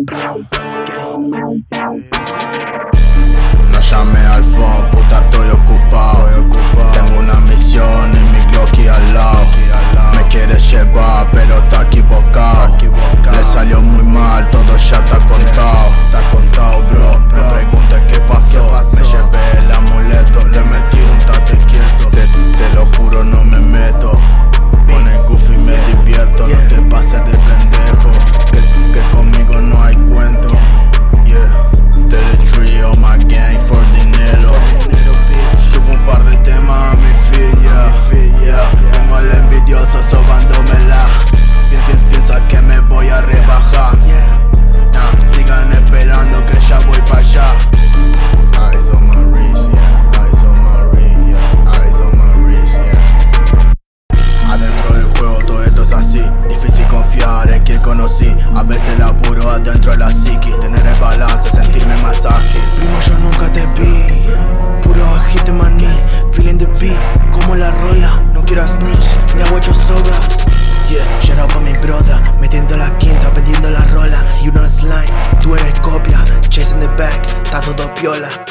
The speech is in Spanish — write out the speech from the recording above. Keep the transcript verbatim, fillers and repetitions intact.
No llame al phone, puta, estoy ocupado. Tengo una misión y mi Glocky al lado. Me quiere llevar, pero está equivocado. Le salió muy mal, todo ya está contado. Está contado, bro. Me pregunté qué pasó. Me llevé el amuleto, le metí un tate quieto. Te, te lo juro, no me meto. Pone goofy, me divierto. No te pases de pendejo, que, que conmigo no hay cuento. Yeah, thirty-three on my gang for dinero. Subo un par de temas a mi feed, yeah, yeah. Tengo al envidioso sobándomela. Piensa que me voy a rebajar. Nah, sigan esperando que ya voy para allá. Eyes on my wrist, yeah. Eyes on my wrist, yeah. Eyes on my wrist, yeah. Adentro del juego todo esto es así. Difícil confiar en quien conocí. A veces laburo adentro de la psiquis. Tener el balance, sentirme más ágil. Primo, yo nunca te vi. Puro hit maní, feeling the beat. Como la rola, no quiero snitch, ni hago ocho sogas. Yeah, shout out pa' mi brother, metiendo la quinta, vendiendo la rola. You know it's line, tú eres copia, chasing the back, está todo piola.